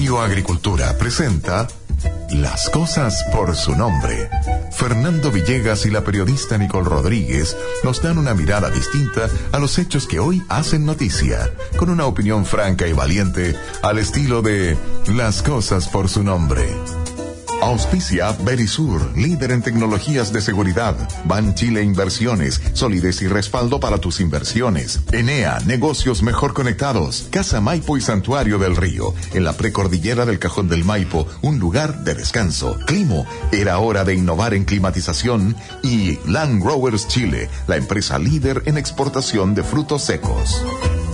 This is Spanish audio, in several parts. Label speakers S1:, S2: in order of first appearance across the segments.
S1: Radio Agricultura presenta Las cosas por su nombre. Fernando Villegas y la periodista Nicole Rodríguez nos dan una mirada distinta a los hechos que hoy hacen noticia, con una opinión franca y valiente al estilo de Las cosas por su nombre. Auspicia Verisur, líder en tecnologías de seguridad. Ban Chile Inversiones, solidez y respaldo para tus inversiones. Enea, negocios mejor conectados. Casa Maipo y Santuario del Río, en la precordillera del Cajón del Maipo, un lugar de descanso. Climo, era hora de innovar en climatización. Y Land Growers Chile, la empresa líder en exportación de frutos secos.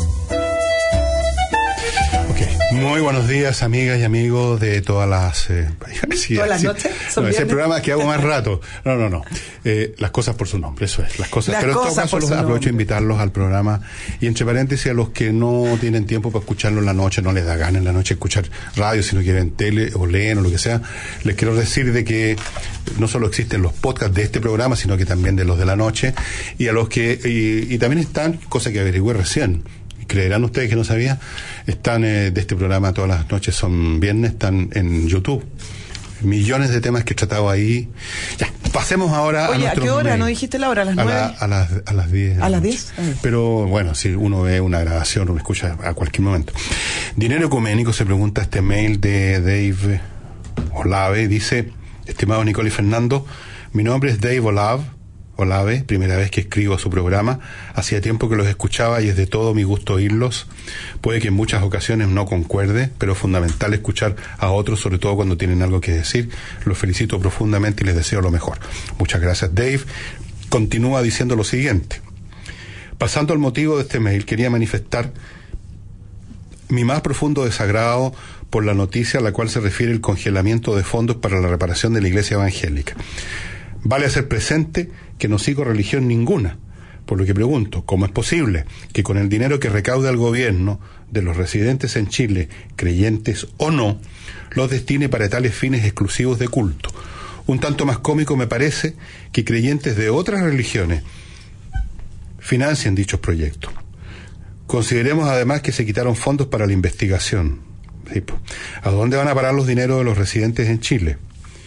S2: Muy buenos días, amigas y amigos de todas las...
S3: ¿Todas las noches?
S2: No, ese programa que hago más rato. No. Las cosas por su nombre, eso es. Las cosas. Pero en todo caso los aprovecho de invitarlos al programa. Y entre paréntesis, a los que no tienen tiempo para escucharlo en la noche, no les da gana en la noche escuchar radio, si no quieren tele o leen o lo que sea, les quiero decir de que no solo existen los podcasts de este programa, sino que también de los de la noche. Y a los que... Y también están, cosa que averigüé recién, creerán ustedes que no sabía, están de este programa todas las noches, son viernes, están en YouTube. Millones de temas que he tratado ahí. Ya, pasemos ahora a nuestro...
S3: ¿a qué hora? ¿No dijiste la hora? ¿A las 9?
S2: A las 10.
S3: ¿A las 10?
S2: Pero bueno, si uno ve una grabación, uno escucha a cualquier momento. Dinero Ecuménico se pregunta este mail de Dave Olave, dice: estimado Nicole y Fernando, mi nombre es Dave Olave, primera vez que escribo a su programa. Hacía tiempo que los escuchaba y es de todo mi gusto oírlos. Puede que en muchas ocasiones no concuerde, pero es fundamental escuchar a otros, sobre todo cuando tienen algo que decir. Los felicito profundamente y les deseo lo mejor. Muchas gracias, Dave. Continúa diciendo lo siguiente: pasando al motivo de este mail, quería manifestar mi más profundo desagrado por la noticia a la cual se refiere el congelamiento de fondos para la reparación de la iglesia evangélica. Vale hacer presente que no sigo religión ninguna, por lo que pregunto, ¿cómo es posible que con el dinero que recauda el gobierno de los residentes en Chile, creyentes o no, los destine para tales fines exclusivos de culto? Un tanto más cómico me parece que creyentes de otras religiones financien dichos proyectos. Consideremos además que se quitaron fondos para la investigación. ¿A dónde van a parar los dineros de los residentes en Chile?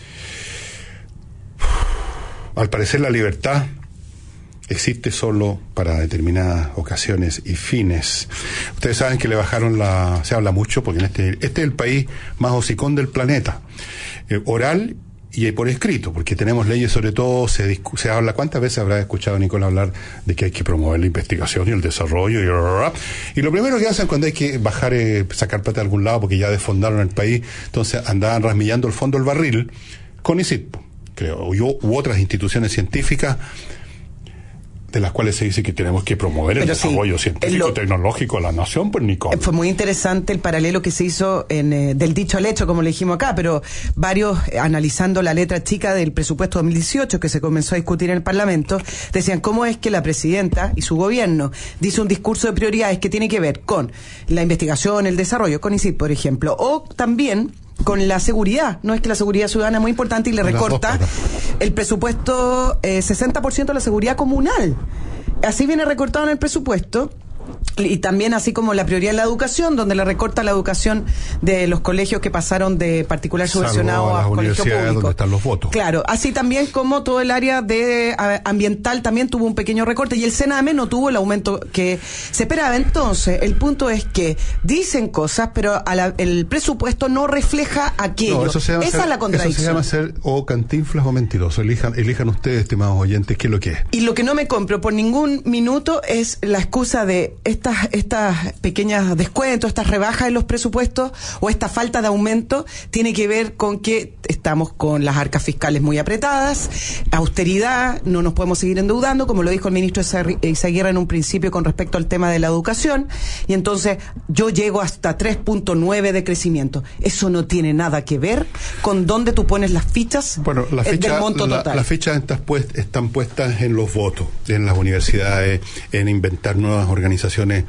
S2: Al parecer la libertad existe solo para determinadas ocasiones y fines. Ustedes saben que le bajaron se habla mucho, porque este es el país más hocicón del planeta, oral y por escrito, porque tenemos leyes, sobre todo se habla. ¿Cuántas veces habrá escuchado a Nicolás hablar de que hay que promover la investigación y el desarrollo y lo primero que hacen cuando hay que sacar plata de algún lado porque ya desfondaron el país, entonces andaban rasmillando el fondo del barril con ICIP, creo, u otras instituciones científicas de las cuales se dice que tenemos que promover el desarrollo científico y tecnológico de la nación, pues Nicole.
S3: Fue muy interesante el paralelo que se hizo del dicho al hecho, como le dijimos acá, pero varios, analizando la letra chica del presupuesto 2018 que se comenzó a discutir en el Parlamento, decían cómo es que la presidenta y su gobierno dice un discurso de prioridades que tiene que ver con la investigación, el desarrollo, con ICIP, por ejemplo, o también con la seguridad. No es que la seguridad ciudadana es muy importante y le recorta el presupuesto 60% de la seguridad comunal. Así viene recortado en el presupuesto. Y también así como la prioridad en la educación, donde le recorta la educación de los colegios que pasaron de particular subvencionado a colegio público.
S2: Donde están los votos.
S3: Claro, así también como todo el área de ambiental también tuvo un pequeño recorte y el Sename no tuvo el aumento que se esperaba. Entonces, el punto es que dicen cosas, pero el presupuesto no refleja aquello. No, esa es la contradicción.
S2: Eso se llama ser o cantinflas o mentiroso. Elijan ustedes, estimados oyentes, qué es lo que es.
S3: Y lo que no me compro por ningún minuto es la excusa de estas pequeñas descuentos, estas rebajas en los presupuestos o esta falta de aumento tiene que ver con que estamos con las arcas fiscales muy apretadas, austeridad, no nos podemos seguir endeudando, como lo dijo el ministro Izaguirre en un principio con respecto al tema de la educación, y entonces yo llego hasta 3.9 de crecimiento. Eso no tiene nada que ver con dónde tú pones las fichas del monto total.
S2: Las fichas están puestas en los votos, en las universidades, en inventar nuevas organizaciones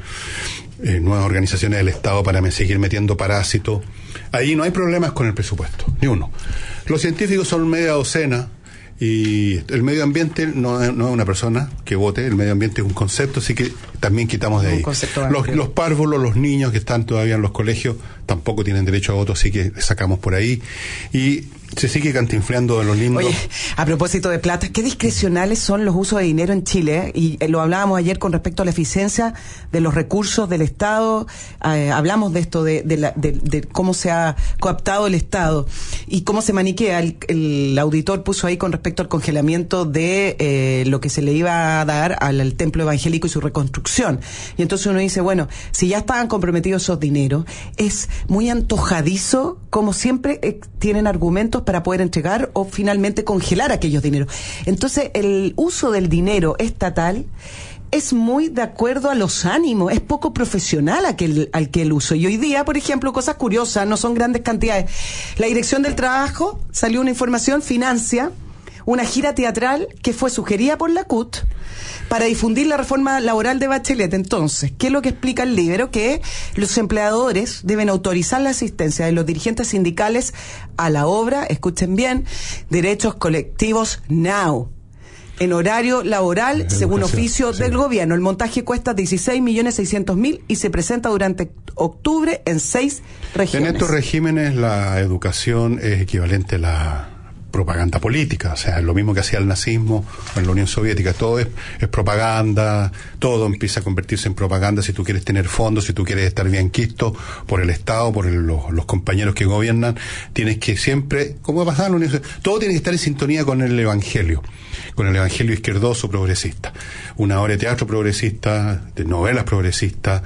S2: del Estado para seguir metiendo parásitos. Ahí no hay problemas con el presupuesto, ni uno. Los científicos son media docena y el medio ambiente no es una persona que vote, el medio ambiente es un concepto, así que también quitamos de ahí. Los párvulos, los niños que están todavía en los colegios, tampoco tienen derecho a voto, así que sacamos por ahí. Y se sigue cantinfleando de los lindos.
S3: Oye, a propósito de plata, ¿qué discrecionales son los usos de dinero en Chile? Y lo hablábamos ayer con respecto a la eficiencia de los recursos del Estado. Hablamos de esto, de cómo se ha coaptado el Estado y cómo se maniquea. El auditor puso ahí con respecto al congelamiento de lo que se le iba a dar al templo evangélico y su reconstrucción. Y entonces uno dice, bueno, si ya estaban comprometidos esos dineros, es muy antojadizo, como siempre tienen argumentos para poder entregar o finalmente congelar aquellos dineros. Entonces, el uso del dinero estatal es muy de acuerdo a los ánimos, es poco profesional aquel uso. Y hoy día, por ejemplo, cosas curiosas, no son grandes cantidades. La Dirección del Trabajo, salió una información, financia una gira teatral que fue sugerida por la CUT para difundir la reforma laboral de Bachelet. Entonces, ¿qué es lo que explica el Libero? Que los empleadores deben autorizar la asistencia de los dirigentes sindicales a la obra, escuchen bien, derechos colectivos now, en horario laboral, según oficio del gobierno. El montaje cuesta 16.600.000 y se presenta durante octubre en 6 regiones.
S2: En estos regímenes la educación es equivalente a la propaganda política, o sea, lo mismo que hacía el nazismo o en la Unión Soviética, todo es propaganda, todo empieza a convertirse en propaganda. Si tú quieres tener fondos, si tú quieres estar bien quisto por el Estado, por los compañeros que gobiernan, tienes que siempre, como ha pasado en la Unión Soviética, todo tiene que estar en sintonía con el evangelio izquierdoso progresista. Una obra de teatro progresista, de novelas progresistas,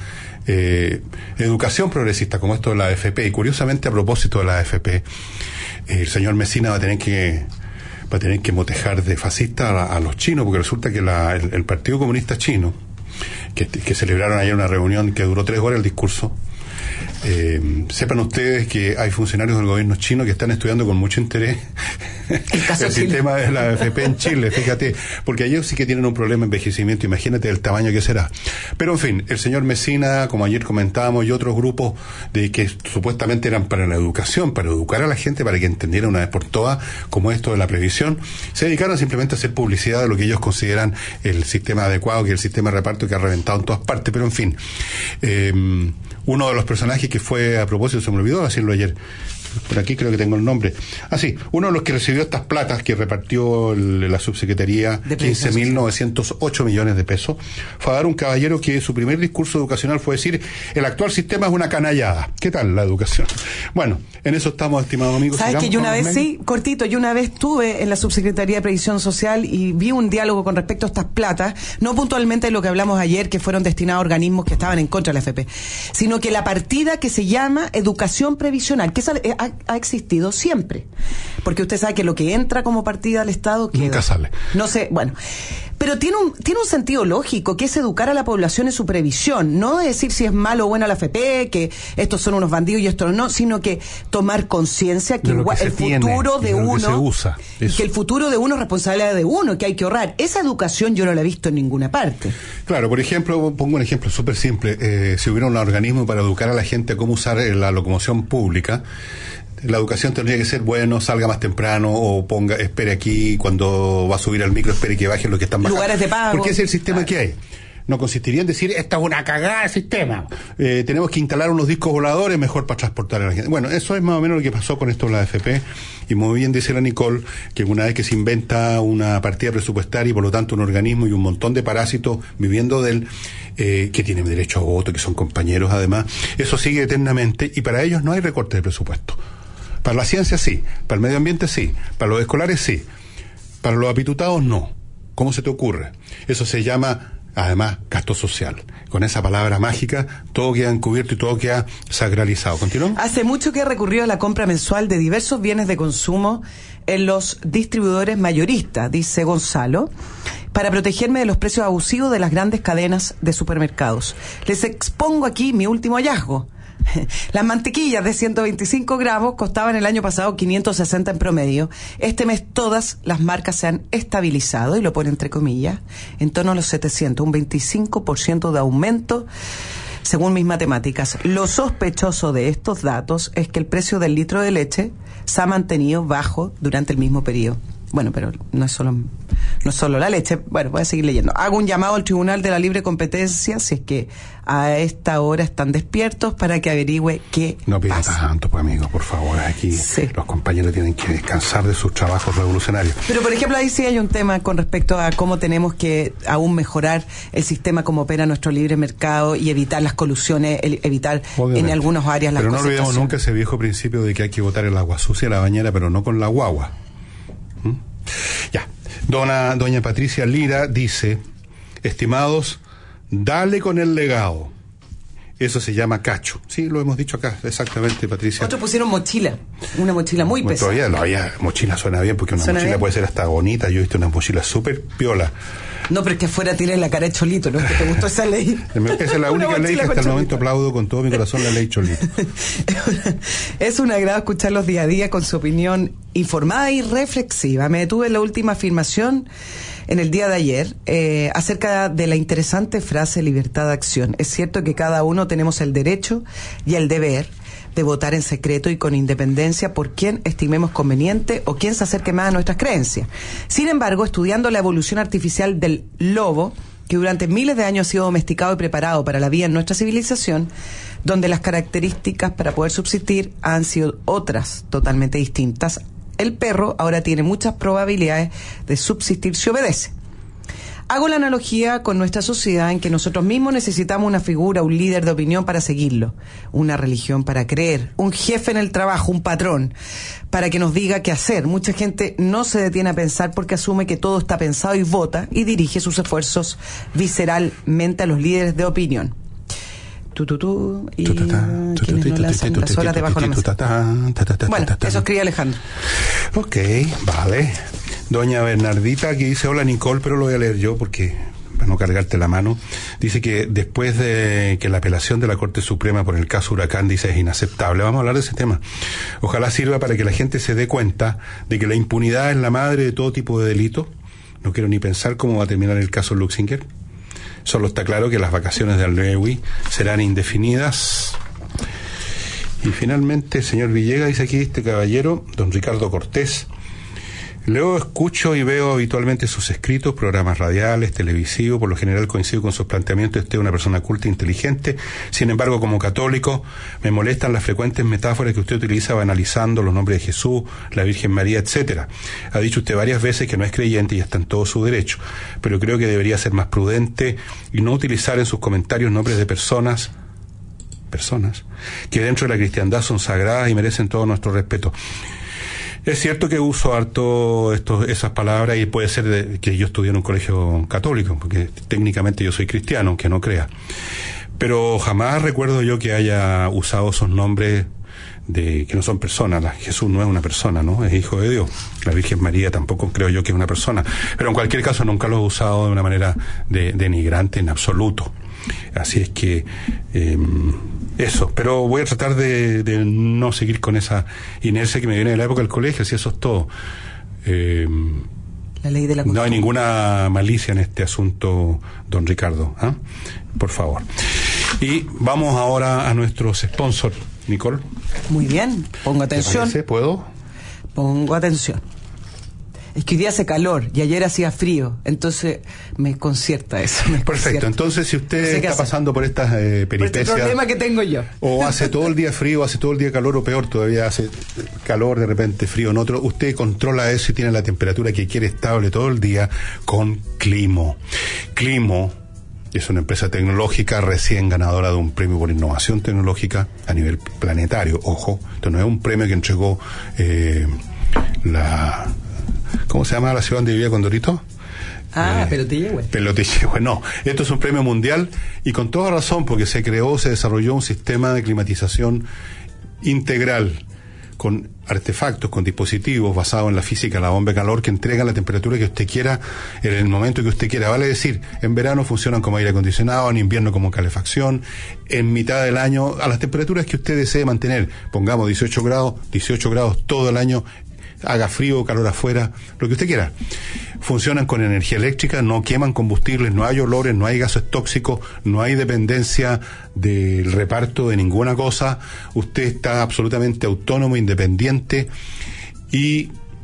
S2: educación progresista, como esto de la AFP. Y curiosamente, a propósito de la AFP, el señor Mesina va a tener que motejar de fascista a los chinos, porque resulta que el Partido Comunista Chino, que celebraron ayer una reunión que duró 3 horas el discurso, sepan ustedes que hay funcionarios del gobierno chino que están estudiando con mucho interés el sistema de la AFP en Chile, fíjate, porque ellos sí que tienen un problema de envejecimiento, imagínate el tamaño que será. Pero en fin, el señor Mesina, como ayer comentábamos, y otros grupos que supuestamente eran para la educación, para educar a la gente, para que entendiera una vez por todas como esto de la previsión, se dedicaron simplemente a hacer publicidad de lo que ellos consideran el sistema adecuado, que es el sistema de reparto que ha reventado en todas partes. Pero en fin, uno de los personajes que fue, a propósito, se me olvidó decirlo ayer, por aquí creo que tengo el nombre. Uno de los que recibió estas platas que repartió la subsecretaría, 15.908 millones de pesos, fue a dar un caballero que su primer discurso educacional fue decir: el actual sistema es una canallada. ¿Qué tal la educación? Bueno, en eso estamos, estimados amigos.
S3: ¿Sabes que yo una vez, yo una vez estuve en la subsecretaría de Previsión Social y vi un diálogo con respecto a estas platas, no puntualmente lo que hablamos ayer, que fueron destinados a organismos que estaban en contra de la AFP, sino que la partida que se llama educación previsional, que esa ha existido siempre, porque usted sabe que lo que entra como partida al Estado queda.
S2: Nunca sale.
S3: No sé, bueno, pero tiene un sentido lógico, que es educar a la población en su previsión, no decir si es malo o buena la AFP, que estos son unos bandidos y estos no, sino que tomar conciencia que el futuro de uno, que el futuro de uno es responsabilidad de uno, que hay que ahorrar. Esa educación yo no la he visto en ninguna parte.
S2: Claro, por ejemplo, pongo un ejemplo súper simple. Si hubiera un organismo para educar a la gente a cómo usar la locomoción pública, la educación tendría que ser, bueno, salga más temprano, o espere aquí, cuando va a subir al micro, espere que bajen los que están bajando.
S3: Lugares de pago.
S2: Porque ese es el sistema que hay. No consistiría en decir, esta es una cagada de sistema. Tenemos que instalar unos discos voladores mejor para transportar a la gente. Bueno, eso es más o menos lo que pasó con esto de la AFP. Y muy bien dice la Nicole, que una vez que se inventa una partida presupuestaria y por lo tanto un organismo y un montón de parásitos viviendo de él, que tienen derecho a voto, que son compañeros además, eso sigue eternamente y para ellos no hay recorte de presupuesto. Para la ciencia sí, para el medio ambiente sí, para los escolares sí, para los apitutados no. ¿Cómo se te ocurre? Eso se llama, además, gasto social. Con esa palabra mágica, todo queda encubierto y todo queda sacralizado. ¿Continuamos?
S3: Hace mucho que he recurrido a la compra mensual de diversos bienes de consumo en los distribuidores mayoristas, dice Gonzalo, para protegerme de los precios abusivos de las grandes cadenas de supermercados. Les expongo aquí mi último hallazgo. Las mantequillas de 125 gramos costaban el año pasado 560 en promedio. Este mes todas las marcas se han estabilizado, y lo pone entre comillas, en torno a los 700, un 25% de aumento según mis matemáticas. Lo sospechoso de estos datos es que el precio del litro de leche se ha mantenido bajo durante el mismo periodo. Bueno, pero no es solo no es solo la leche. Bueno, voy a seguir leyendo. Hago un llamado al Tribunal de la Libre Competencia, si es que a esta hora están despiertos, para que averigüe qué
S2: No pida
S3: pasa.
S2: tanto, pues amigo, por favor. Aquí
S3: Sí.
S2: los compañeros tienen que descansar de sus trabajos revolucionarios.
S3: Pero, por ejemplo, ahí sí hay un tema con respecto a cómo tenemos que aún mejorar el sistema como opera nuestro libre mercado y evitar las colusiones, evitar
S2: Obviamente.
S3: en algunas áreas las
S2: Pero no olvidemos
S3: concentraciones.
S2: nunca ese viejo principio de que hay que botar el agua sucia a la bañera, pero no con la guagua. ¿Mm? Ya. Doña Patricia Lira dice: estimados, dale con el legado. Eso se llama cacho. Sí, lo hemos dicho acá, exactamente, Patricia.
S3: Otros pusieron mochila, una mochila muy
S2: Bueno,
S3: pesada.
S2: todavía mochila suena bien, porque una
S3: ¿Suena
S2: mochila
S3: bien?
S2: puede ser hasta bonita. Yo he visto una mochila súper piola.
S3: No, pero es que afuera tienes la cara de cholito, ¿no? Es que te gustó esa ley.
S2: Esa es la
S3: Una
S2: única ley que
S3: mochila
S2: hasta
S3: con
S2: el
S3: cholito.
S2: momento aplaudo con todo mi corazón, la ley Cholito.
S3: Es un agrado escucharlos día a día con su opinión informada y reflexiva. Me detuve en la última afirmación en el día de ayer acerca de la interesante frase libertad de acción. Es cierto que cada uno tenemos el derecho y el deber de votar en secreto y con independencia por quien estimemos conveniente o quien se acerque más a nuestras creencias. Sin embargo, estudiando la evolución artificial del lobo, que durante miles de años ha sido domesticado y preparado para la vida en nuestra civilización, donde las características para poder subsistir han sido otras totalmente distintas, el perro ahora tiene muchas probabilidades de subsistir si obedece. Hago la analogía con nuestra sociedad en que nosotros mismos necesitamos una figura, un líder de opinión para seguirlo, una religión para creer, un jefe en el trabajo, un patrón, para que nos diga qué hacer. Mucha gente no se detiene a pensar porque asume que todo está pensado y vota y dirige sus esfuerzos visceralmente a los líderes de opinión. Y quienes no lanzan las horas debajo de la mesa. Bueno, eso escribe Alejandro.
S2: Ok, vale. Doña Bernardita aquí dice: hola Nicole, pero lo voy a leer yo porque para no cargarte la mano. Dice que después de que la apelación de la Corte Suprema por el caso Huracán, dice, es inaceptable. Vamos a hablar de ese tema. Ojalá sirva para que la gente se dé cuenta de que la impunidad es la madre de todo tipo de delito. No quiero ni pensar cómo va a terminar el caso Luxinger. Solo está claro que las vacaciones de Alnewi serán indefinidas. Y finalmente, señor Villegas, dice aquí este caballero, don Ricardo Cortés: leo, escucho y veo habitualmente sus escritos, programas radiales, televisivos. Por lo general coincido con sus planteamientos. Usted es una persona culta e inteligente. Sin embargo, como católico, me molestan las frecuentes metáforas que usted utiliza banalizando los nombres de Jesús, la Virgen María, etcétera. Ha dicho usted varias veces que no es creyente y está en todo su derecho, pero creo que debería ser más prudente y no utilizar en sus comentarios nombres de personas que dentro de la cristiandad son sagradas y merecen todo nuestro respeto. Es cierto que uso harto esas palabras y puede ser que yo estudié en un colegio católico, porque técnicamente yo soy cristiano, aunque no crea. Pero jamás recuerdo yo que haya usado esos nombres que no son personas. Jesús no es una persona, ¿no? Es hijo de Dios. La Virgen María tampoco creo yo que es una persona. Pero en cualquier caso nunca lo he usado de una manera denigrante en absoluto. Así es que eso, pero voy a tratar de no seguir con esa inercia que me viene de la época del colegio, si eso es todo.
S3: La ley de la
S2: no hay ninguna malicia en este asunto, don Ricardo, ¿eh? Por favor. Y vamos ahora a nuestros sponsors, Nicole.
S3: Muy bien, pongo atención.
S2: ¿Puedo?
S3: Pongo atención. Es que hoy día hace calor y ayer hacía frío, entonces me concierta eso.
S2: Perfecto, entonces si usted está pasando por estas peripecias...
S3: Por este problema que tengo yo.
S2: O hace todo el día frío, hace todo el día calor, o peor todavía, hace calor, de repente frío en otro, usted controla eso y tiene la temperatura que quiere estable todo el día con Climo. Climo es una empresa tecnológica recién ganadora de un premio por innovación tecnológica a nivel planetario. Ojo, esto no es un premio que entregó ¿cómo se llama la ciudad donde vivía Condorito?
S3: Pelotillehue.
S2: Pelotillehue, no. Esto es un premio mundial y con toda razón, porque se desarrolló un sistema de climatización integral con artefactos, con dispositivos basados en la física, la bomba de calor, que entrega la temperatura que usted quiera en el momento que usted quiera. Vale decir, en verano funcionan como aire acondicionado, en invierno como calefacción, en mitad del año a las temperaturas que usted desee mantener. Pongamos 18 grados todo el año. Haga frío o calor afuera, lo que usted quiera. Funcionan con energía eléctrica, no queman combustibles, no hay olores, no hay gases tóxicos, no hay dependencia del reparto de ninguna cosa. Usted está absolutamente autónomo, independiente y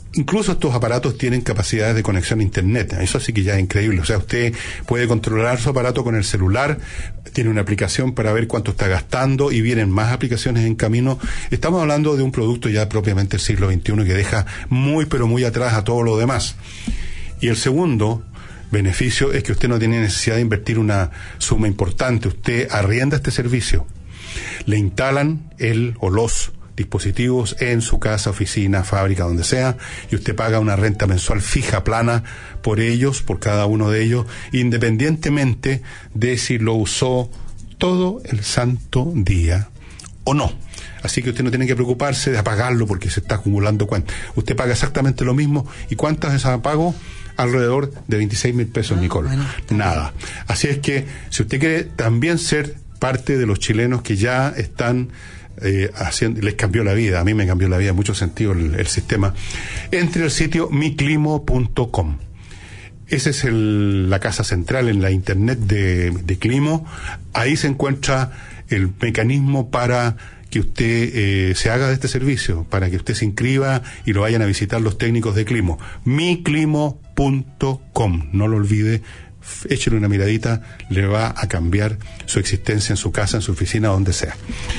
S2: Incluso estos aparatos tienen capacidades de conexión a internet. Eso sí que ya es increíble. O sea, usted puede controlar su aparato con el celular, tiene una aplicación para ver cuánto está gastando y vienen más aplicaciones en camino. Estamos hablando de un producto ya propiamente del siglo XXI que deja muy pero muy atrás a todo lo demás. Y el segundo beneficio es que usted no tiene necesidad de invertir una suma importante. Usted arrienda este servicio. Le instalan el o los dispositivos en su casa, oficina, fábrica, donde sea, y usted paga una renta mensual fija, plana, por ellos, por cada uno de ellos, independientemente de si lo usó todo el santo día o no. Así que usted no tiene que preocuparse de apagarlo porque se está acumulando cuentas. Usted paga exactamente lo mismo. ¿Y cuántas de esas pago? Alrededor de 26.000 pesos, Nicole. Bueno, nada. Así es que, si usted quiere también ser parte de los chilenos que ya están les cambió la vida, a mí me cambió la vida en muchos sentidos el sistema, entre el sitio miclimo.com. Esa es la casa central en la internet de Climo. Ahí se encuentra el mecanismo para que usted se haga de este servicio, para que usted se inscriba y lo vayan a visitar los técnicos de Climo. miclimo.com, no lo olvide. Échale una miradita, le va a cambiar su existencia en su casa, en su oficina, donde sea.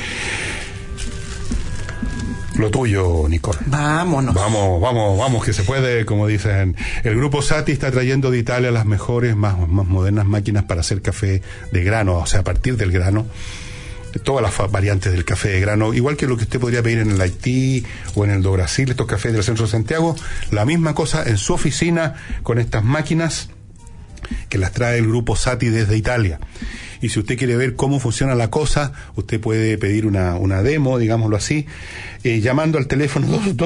S2: Lo tuyo, Nicole.
S3: Vámonos.
S2: Vamos, que se puede, como dicen. El Grupo Sati está trayendo de Italia las mejores, más modernas máquinas para hacer café de grano, o sea, a partir del grano. Todas las variantes del café de grano, igual que lo que usted podría pedir en el Haití o en el do Brasil, estos cafés del centro de Santiago, la misma cosa en su oficina con estas máquinas que las trae el Grupo Sati desde Italia. Y si usted quiere ver cómo funciona la cosa, usted puede pedir una demo, digámoslo así, llamando al teléfono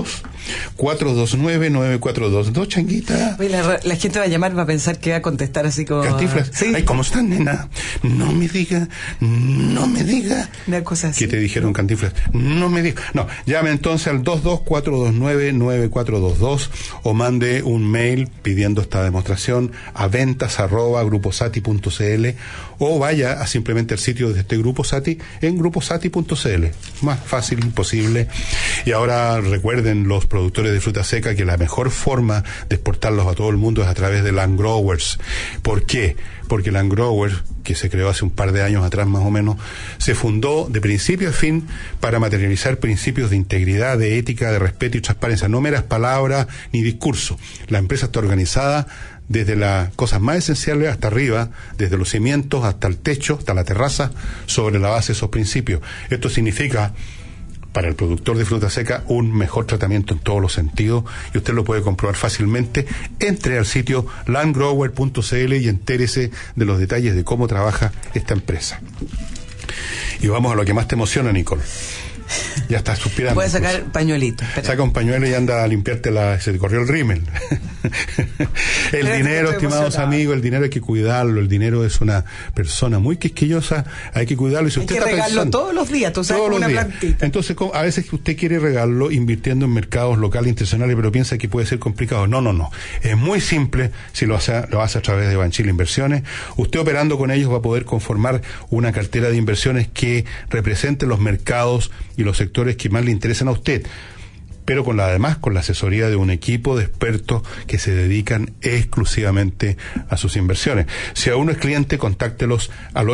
S2: 429-9422, changuita.
S3: Oye, la gente va a llamar, va a pensar que va a contestar así como...
S2: Cantinflas. ¿Sí? Ay, ¿cómo están, nena? No me diga.
S3: Una cosa así.
S2: ¿Qué te dijeron, Cantinflas? No me diga. No, llame entonces al 22429-9422 o mande un mail pidiendo esta demostración a ventas@gruposati.cl o vaya a simplemente al sitio de este Grupo Sati en gruposati.cl. Más fácil imposible. Y ahora recuerden los productores de fruta seca que la mejor forma de exportarlos a todo el mundo es a través de Land Growers. ¿Por qué? Porque Land Growers, que se creó hace un par de años atrás más o menos, se fundó de principio a fin para materializar principios de integridad, de ética, de respeto y transparencia, no meras palabras ni discurso. La empresa está organizada desde las cosas más esenciales hasta arriba, desde los cimientos hasta el techo, hasta la terraza, sobre la base de esos principios. Esto significa, para el productor de fruta seca, un mejor tratamiento en todos los sentidos, y usted lo puede comprobar fácilmente. Entre al sitio landgrower.cl y entérese de los detalles de cómo trabaja esta empresa. Y vamos a lo que más te emociona, Nicole. Ya estás suspirando.
S3: Puedes sacar pañuelito. Espera.
S2: Saca un pañuelo y anda a limpiarte se te corrió el rímel. El dinero, estimados amigos, el dinero hay que cuidarlo. El dinero es una persona muy quisquillosa, hay que cuidarlo. Y si usted
S3: hay que regarlo todos los días, tú sabes,
S2: todos
S3: una
S2: los días.
S3: plantita.
S2: Entonces, a veces usted quiere regarlo invirtiendo en mercados locales internacionales, pero piensa que puede ser complicado. No. Es muy simple si lo hace a través de Banchile Inversiones. Usted operando con ellos va a poder conformar una cartera de inversiones que represente los mercados y los sectores que más le interesan a usted, pero además con la asesoría de un equipo de expertos que se dedican exclusivamente a sus inversiones. Si aún no es cliente, contáctelos al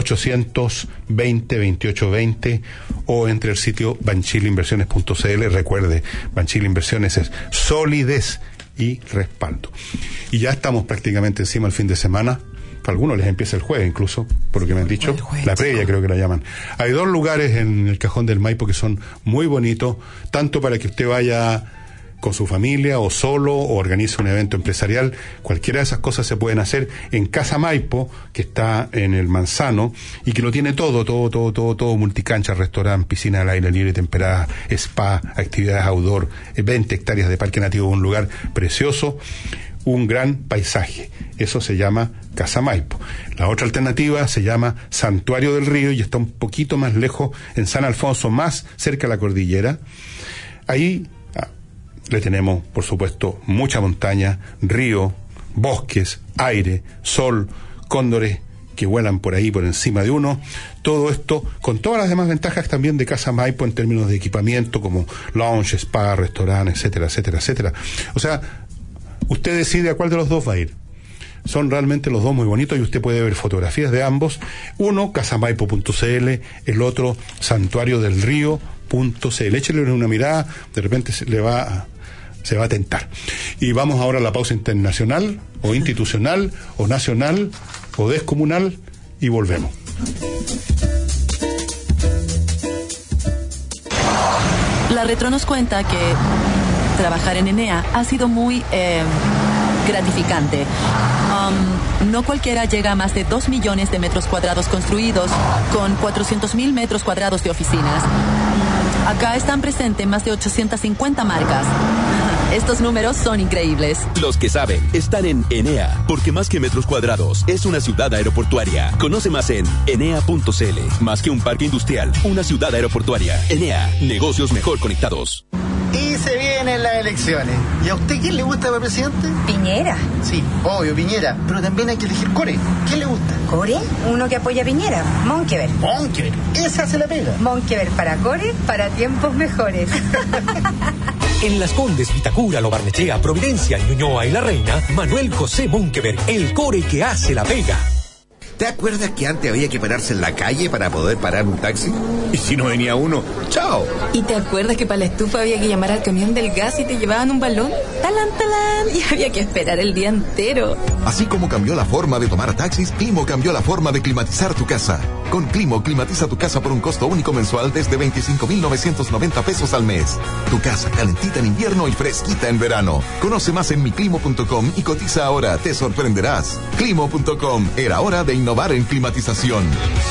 S2: 820-2820 o entre el sitio banchileinversiones.cl. Recuerde, Banchile Inversiones es solidez y respaldo. Y ya estamos prácticamente encima del fin de semana. Para algunos les empieza el jueves incluso, por lo que me han dicho, la previa creo que la llaman. Hay 2 lugares en el Cajón del Maipo que son muy bonitos, tanto para que usted vaya con su familia o solo o organice un evento empresarial. Cualquiera de esas cosas se pueden hacer en Casa Maipo, que está en el Manzano y que lo tiene todo, multicancha, restaurante, piscina al aire libre, temperada, spa, actividades outdoor, 20 hectáreas de parque nativo, un lugar precioso, un gran paisaje. Eso se llama Casa Maipo. La otra alternativa se llama Santuario del Río y está un poquito más lejos, en San Alfonso, más cerca de la cordillera. Ahí le tenemos, por supuesto, mucha montaña, río, bosques, aire, sol, cóndores que vuelan por ahí por encima de uno. Todo esto con todas las demás ventajas también de Casa Maipo en términos de equipamiento como lounge, spa, restaurante, etcétera, etcétera, etcétera. O sea, usted decide a cuál de los dos va a ir. Son realmente los dos muy bonitos y usted puede ver fotografías de ambos. Uno, casamaipo.cl, el otro, santuariodelrío.cl. Échele una mirada, de repente se va a tentar. Y vamos ahora a la pausa internacional, o institucional, o nacional, o descomunal, y volvemos.
S4: La Retro nos cuenta que trabajar en Enea ha sido muy gratificante. No cualquiera llega a más de 2 millones de metros cuadrados construidos, con 400.000 metros cuadrados de oficinas. Acá están presentes más de 850 marcas. Estos números son increíbles.
S5: Los que saben están en Enea, porque más que metros cuadrados, es una ciudad aeroportuaria. Conoce más en enea.cl. Más que un parque industrial, una ciudad aeroportuaria. Enea, negocios mejor conectados.
S6: Y se vienen las elecciones. ¿Y a usted quién le gusta para presidente?
S7: Piñera.
S6: Sí, obvio, Piñera. Pero también hay que elegir core. ¿Quién le gusta?
S7: ¿Core? Uno que apoya a Piñera. Monkeberg.
S6: Monkeberg. Esa se la pega.
S7: Monkeberg para core, para tiempos mejores.
S8: En Las Condes, Vitacura, Lo Barnechea, Providencia, Ñuñoa y La Reina, Manuel José Monkeberg, el core que hace la pega.
S9: ¿Te acuerdas que antes había que pararse en la calle para poder parar un taxi? Y si no venía uno, ¡chao!
S10: ¿Y te acuerdas que para la estufa había que llamar al camión del gas y te llevaban un balón? ¡Talán, talán! Y había que esperar el día entero.
S1: Así como cambió la forma de tomar taxis, Climo cambió la forma de climatizar tu casa. Con Climo, climatiza tu casa por un costo único mensual desde 25.990 pesos al mes. Tu casa calentita en invierno y fresquita en verano. Conoce más en miclimo.com y cotiza ahora, te sorprenderás. Climo.com, era hora de innovar en climatización.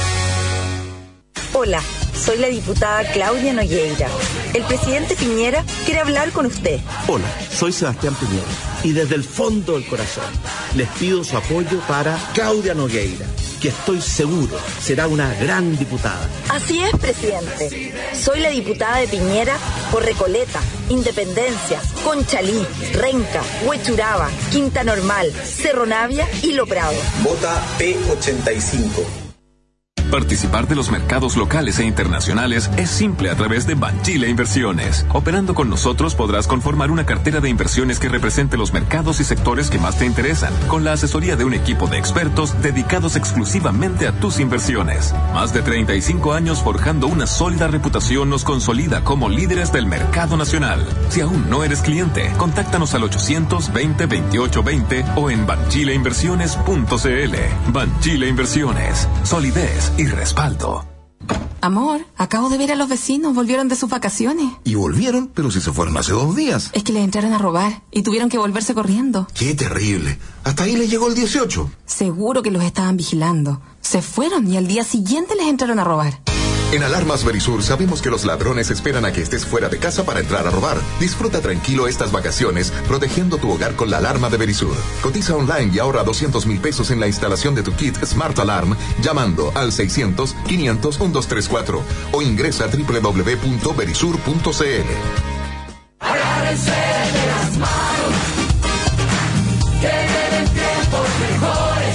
S11: Hola, soy la diputada Claudia Nogueira. El presidente Piñera quiere hablar con usted.
S12: Hola, soy Sebastián Piñera y desde el fondo del corazón les pido su apoyo para Claudia Nogueira, que estoy seguro será una gran diputada.
S11: Así es, presidente. Soy la diputada de Piñera por Recoleta, Independencia, Conchalí, Renca, Huechuraba, Quinta Normal, Cerro Navia y Lo Prado.
S13: Vota P85.
S14: Participar de los mercados locales e internacionales es simple a través de Banchile Inversiones. Operando con nosotros podrás conformar una cartera de inversiones que represente los mercados y sectores que más te interesan, con la asesoría de un equipo de expertos dedicados exclusivamente a tus inversiones. Más de 35 años forjando una sólida reputación nos consolida como líderes del mercado nacional. Si aún no eres cliente, contáctanos al 800-20-28-20 o en banchileinversiones.cl. Banchile Inversiones. Solidez y respaldo.
S10: Amor, acabo de ver a los vecinos, volvieron de sus vacaciones.
S9: ¿Y volvieron? Pero si se fueron hace 2 días.
S10: Es que les entraron a robar y tuvieron que volverse corriendo.
S9: ¡Qué terrible! Hasta ahí les llegó el 18.
S10: Seguro que los estaban vigilando. Se fueron y al día siguiente les entraron a robar.
S1: En Alarmas Verisur sabemos que los ladrones esperan a que estés fuera de casa para entrar a robar. Disfruta tranquilo estas vacaciones protegiendo tu hogar con la alarma de Verisur. Cotiza online y ahorra 200,000 pesos en la instalación de tu kit Smart Alarm llamando al 600-500-1234 o ingresa a www.verisur.cl.
S15: Agárrense de las manos, que vienen tiempos mejores.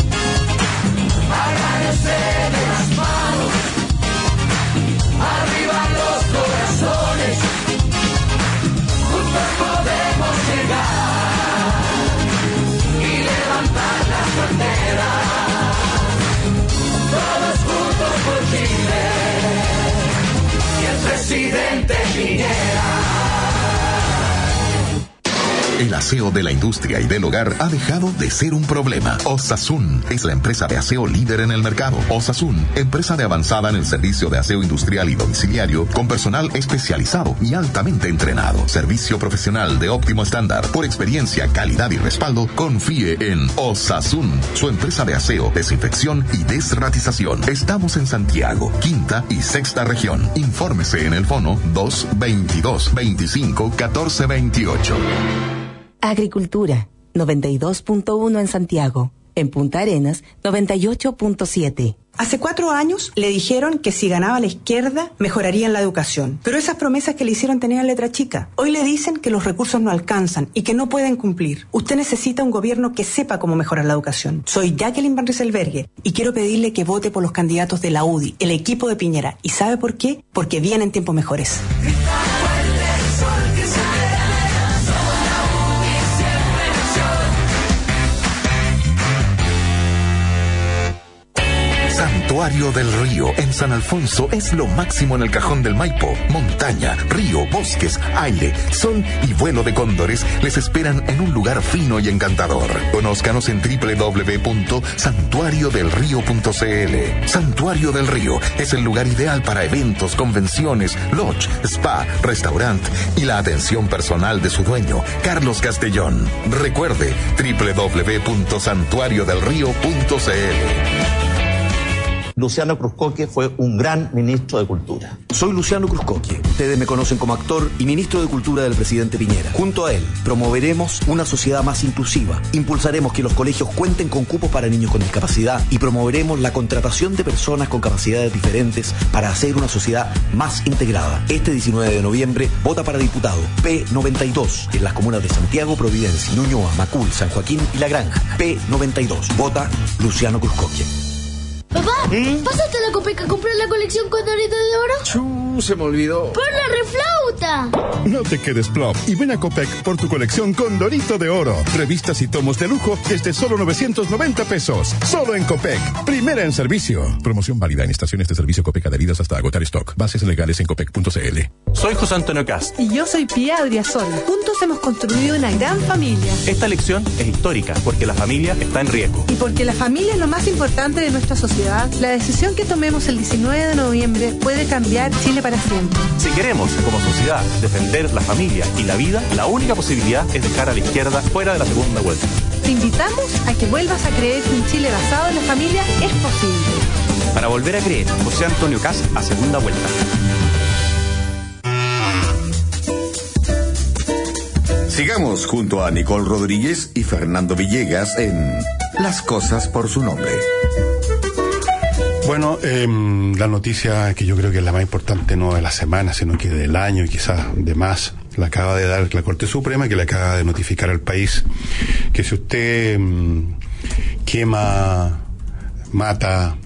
S15: Agárrense de las manos, arriba los corazones, juntos podemos llegar y levantar las banderas, todos juntos por Chile y el presidente Piñera.
S1: El aseo de la industria y del hogar ha dejado de ser un problema. Osasun es la empresa de aseo líder en el mercado. Osasun, empresa de avanzada en el servicio de aseo industrial y domiciliario, con personal especializado y altamente entrenado. Servicio profesional de óptimo estándar. Por experiencia, calidad y respaldo, confíe en Osasun, su empresa de aseo, desinfección y desratización. Estamos en Santiago, quinta y sexta región. Infórmese en el fono 222-25-1428.
S16: Agricultura, 92.1 en Santiago, En Punta Arenas, 98.7.
S17: Hace 4 años le dijeron que si ganaba la izquierda mejorarían la educación. Pero esas promesas que le hicieron tenían letra chica. Hoy le dicen que los recursos no alcanzan y que no pueden cumplir. Usted necesita un gobierno que sepa cómo mejorar la educación. Soy Jacqueline Van Rieselberghe y quiero pedirle que vote por los candidatos de la UDI, el equipo de Piñera. ¿Y sabe por qué? Porque vienen tiempos mejores.
S1: Santuario del Río en San Alfonso es lo máximo en el Cajón del Maipo. Montaña, río, bosques, aire, sol y vuelo de cóndores les esperan en un lugar fino y encantador. Conózcanos en www.santuariodelrío.cl. Santuario del Río es el lugar ideal para eventos, convenciones, lodge, spa, restaurant y la atención personal de su dueño, Carlos Castellón. Recuerde www.santuariodelrío.cl.
S12: Luciano Cruzcoque fue un gran ministro de Cultura.
S18: Soy Luciano Cruzcoque. Ustedes me conocen como actor y ministro de Cultura del presidente Piñera. Junto a él, promoveremos una sociedad más inclusiva. Impulsaremos que los colegios cuenten con cupos para niños con discapacidad y promoveremos la contratación de personas con capacidades diferentes para hacer una sociedad más integrada. Este 19 de noviembre, vota para diputado P92 en las comunas de Santiago, Providencia, Ñuñoa, Macul, San Joaquín y La Granja. P92. Vota Luciano Cruzcoque.
S19: Papá, ¿pasaste a la Copec a comprar la colección Condorito de Oro?
S9: Se me olvidó.
S19: ¡Por la reflauta!
S20: No te quedes plop y ven a Copec por tu colección Condorito de Oro. Revistas y tomos de lujo desde solo 990 pesos. Solo en Copec. Primera en servicio. Promoción válida en estaciones de servicio Copec adheridas hasta agotar stock. Bases legales en copec.cl.
S21: Soy José Antonio Cast.
S22: Y yo soy Pía Adriasol. Juntos hemos construido una gran familia.
S21: Esta elección es histórica porque la familia está en riesgo.
S22: Y porque la familia es lo más importante de nuestra sociedad, la decisión que tomemos el 19 de noviembre puede cambiar Chile para siempre.
S21: Si queremos, como sociedad, defender la familia y la vida, la única posibilidad es dejar a la izquierda fuera de la segunda vuelta.
S22: Te invitamos a que vuelvas a creer que un Chile basado en la familia es posible.
S21: Para volver a creer, José Antonio Cast a segunda vuelta.
S9: Sigamos junto a Nicole Rodríguez y Fernando Villegas en Las Cosas por su Nombre.
S2: Bueno, la noticia que yo creo que es la más importante, no de la semana, sino que del año y quizás de más, la acaba de dar la Corte Suprema, que le acaba de notificar al país que si usted quema, mata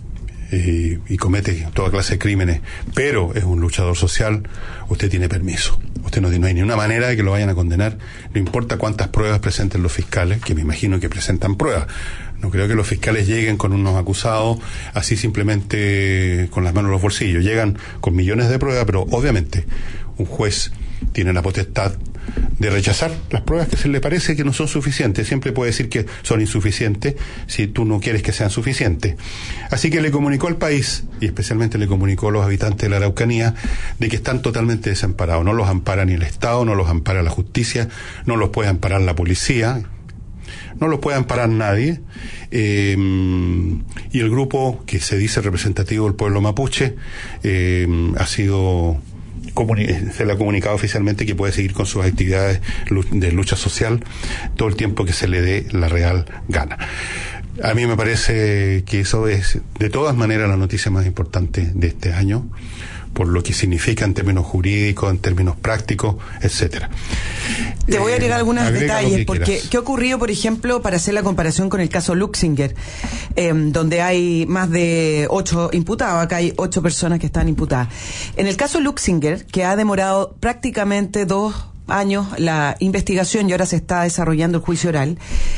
S2: y comete toda clase de crímenes, pero es un luchador social, usted tiene permiso. Usted no hay ni una manera de que lo vayan a condenar, no importa cuántas pruebas presenten los fiscales, que me imagino que presentan pruebas. No creo que los fiscales lleguen con unos acusados así simplemente con las manos en los bolsillos. Llegan con millones de pruebas, pero obviamente un juez tiene la potestad de rechazar las pruebas que se le parece que no son suficientes. Siempre puede decir que son insuficientes si tú no quieres que sean suficientes. Así que le comunicó al país, y especialmente le comunicó a los habitantes de la Araucanía, de que están totalmente desamparados. No los ampara ni el Estado, no los ampara la justicia, no los puede amparar la policía, no los puede amparar nadie, y el grupo que se dice representativo del pueblo mapuche ha sido se le ha comunicado oficialmente que puede seguir con sus actividades de lucha social todo el tiempo que se le dé la real gana. A mí me parece que eso es de todas maneras la noticia más importante de este año, por lo que significa en términos jurídicos, en términos prácticos, etcétera.
S3: Te voy a agregar algunos detalles, porque ¿qué ha ocurrido, por ejemplo, para hacer la comparación con el caso Luxinger, donde hay más de 8 imputados? Acá hay 8 personas que están imputadas. En el caso Luxinger, que ha demorado prácticamente 2 años la investigación y ahora se está desarrollando el juicio oral,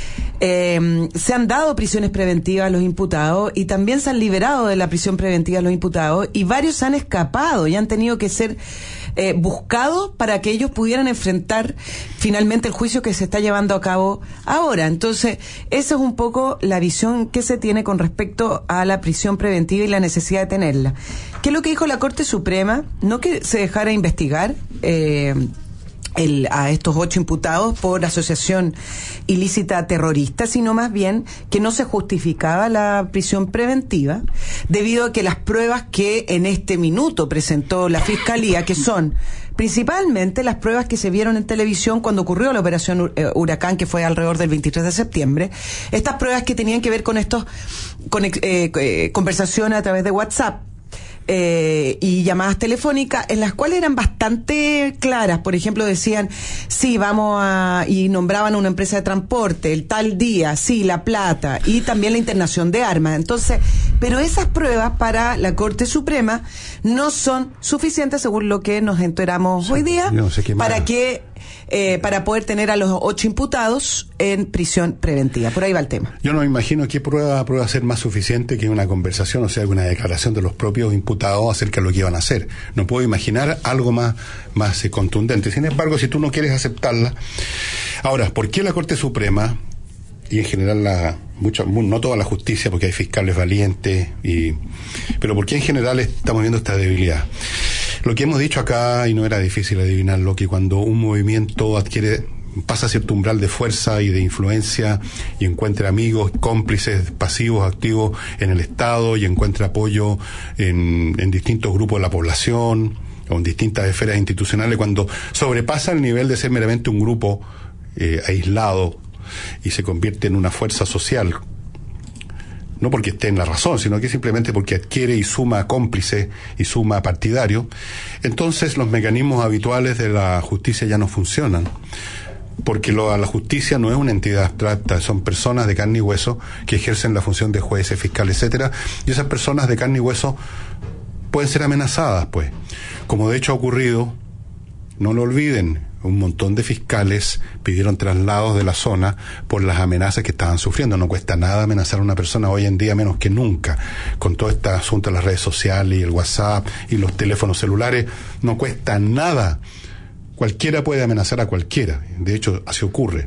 S3: se han dado prisiones preventivas a los imputados y también se han liberado de la prisión preventiva a los imputados, y varios han escapado y han tenido que ser buscados para que ellos pudieran enfrentar finalmente el juicio que se está llevando a cabo ahora. Entonces, esa es un poco la visión que se tiene con respecto a la prisión preventiva y la necesidad de tenerla. ¿Qué es lo que dijo la Corte Suprema? No que se dejara investigar a estos 8 imputados por asociación ilícita terrorista, sino más bien que no se justificaba la prisión preventiva debido a que las pruebas que en este minuto presentó la Fiscalía, que son principalmente las pruebas que se vieron en televisión cuando ocurrió la operación Huracán, que fue alrededor del 23 de septiembre, estas pruebas que tenían que ver con conversaciones a través de WhatsApp, y llamadas telefónicas en las cuales eran bastante claras. Por ejemplo, decían, sí, y nombraban una empresa de transporte, el tal día, sí, La Plata, y también la internación de armas. Entonces, pero esas pruebas para la Corte Suprema no son suficientes, según lo que nos enteramos hoy día, para poder tener a los 8 imputados en prisión preventiva. Por ahí va el tema.
S2: Yo no me imagino qué prueba ser más suficiente que una conversación, o sea, una declaración de los propios imputados acerca de lo que iban a hacer. No puedo imaginar algo más contundente. Sin embargo, si tú no quieres aceptarla... Ahora, ¿por qué la Corte Suprema, y en general no toda la justicia, porque hay fiscales valientes, pero por qué en general estamos viendo esta debilidad? Lo que hemos dicho acá, y no era difícil adivinarlo, que cuando un movimiento pasa cierto umbral de fuerza y de influencia y encuentra amigos, cómplices, pasivos, activos en el Estado, y encuentra apoyo en distintos grupos de la población o en distintas esferas institucionales, cuando sobrepasa el nivel de ser meramente un grupo aislado y se convierte en una fuerza social, no porque esté en la razón, sino que simplemente porque adquiere y suma cómplices y suma partidarios, entonces los mecanismos habituales de la justicia ya no funcionan. Porque la justicia no es una entidad abstracta, son personas de carne y hueso que ejercen la función de jueces, fiscales, etcétera, y esas personas de carne y hueso pueden ser amenazadas, pues. Como de hecho ha ocurrido, no lo olviden, un montón de fiscales pidieron traslados de la zona por las amenazas que estaban sufriendo. No cuesta nada amenazar a una persona hoy en día, menos que nunca. Con todo este asunto de las redes sociales y el WhatsApp y los teléfonos celulares, no cuesta nada. Cualquiera puede amenazar a cualquiera. De hecho, así ocurre.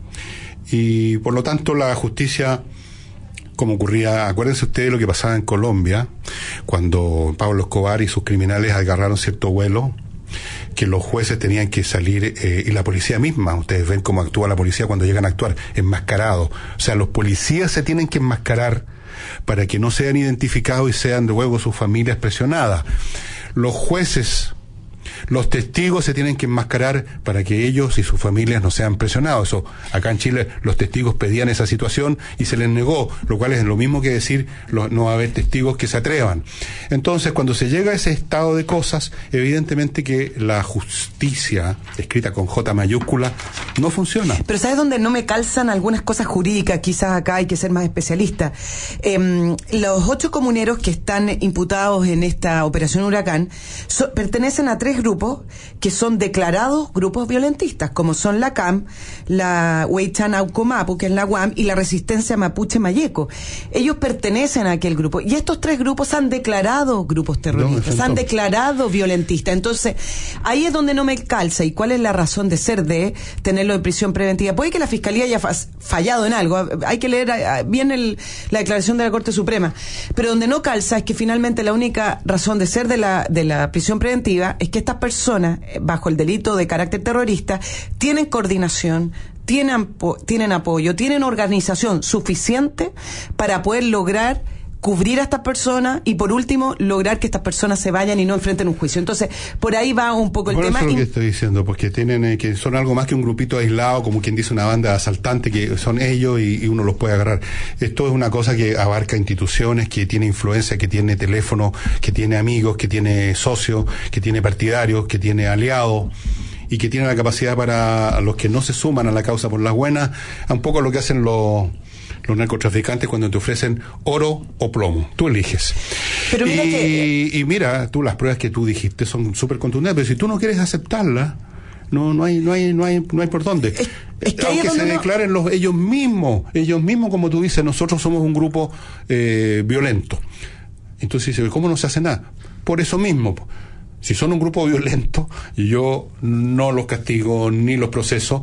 S2: Y por lo tanto, la justicia, como ocurría, acuérdense ustedes lo que pasaba en Colombia, cuando Pablo Escobar y sus criminales agarraron cierto vuelo, que los jueces tenían que salir, y la policía misma, ustedes ven cómo actúa la policía cuando llegan a actuar, enmascarados. O sea, los policías se tienen que enmascarar para que no sean identificados y sean luego sus familias presionadas. Los jueces, los testigos se tienen que enmascarar para que ellos y sus familias no sean presionados. Eso, acá en Chile los testigos pedían esa situación y se les negó, lo cual es lo mismo que decir no va a haber testigos que se atrevan. Entonces, cuando se llega a ese estado de cosas, evidentemente que la justicia, escrita con J mayúscula, no funciona.
S3: Pero ¿sabes dónde no me calzan algunas cosas jurídicas? Quizás acá hay que ser más especialista. Los 8 comuneros que están imputados en esta operación Huracán pertenecen a 3 grupos que son declarados grupos violentistas, como son la CAM, la Huaychán Aucomapu, que es la UAM, y la Resistencia Mapuche Mayeco. Ellos pertenecen a aquel grupo, y estos 3 grupos han declarado grupos terroristas, han declarado violentistas. Entonces, ahí es donde no me calza. ¿Y cuál es la razón de ser de tenerlo en prisión preventiva? Puede que la Fiscalía haya fallado en algo, hay que leer bien la declaración de la Corte Suprema, pero donde no calza es que finalmente la única razón de ser de la prisión preventiva es que estas personas, bajo el delito de carácter terrorista, tienen coordinación, tienen apoyo, tienen organización suficiente para poder lograr cubrir a estas personas y, por último, lograr que estas personas se vayan y no enfrenten un juicio. Entonces, por ahí va un poco el tema.
S2: Eso es lo que estoy diciendo, porque tienen que son algo más que un grupito aislado, como quien dice una banda de asaltantes, que son ellos y uno los puede agarrar. Esto es una cosa que abarca instituciones, que tiene influencia, que tiene teléfono, que tiene amigos, que tiene socios, que tiene partidarios, que tiene aliados, y que tiene la capacidad para los que no se suman a la causa por las buenas, un poco lo que hacen los narcotraficantes cuando te ofrecen oro o plomo. Tú eliges.
S3: Pero mira
S2: y mira, tú, las pruebas que tú dijiste son súper contundentes, pero si tú no quieres aceptarlas, no hay por dónde.
S3: Es que
S2: aunque se declaren ellos mismos, como tú dices, nosotros somos un grupo violento. Entonces dice, ¿cómo no se hace nada? Por eso mismo. Si son un grupo violento, yo no los castigo ni los proceso,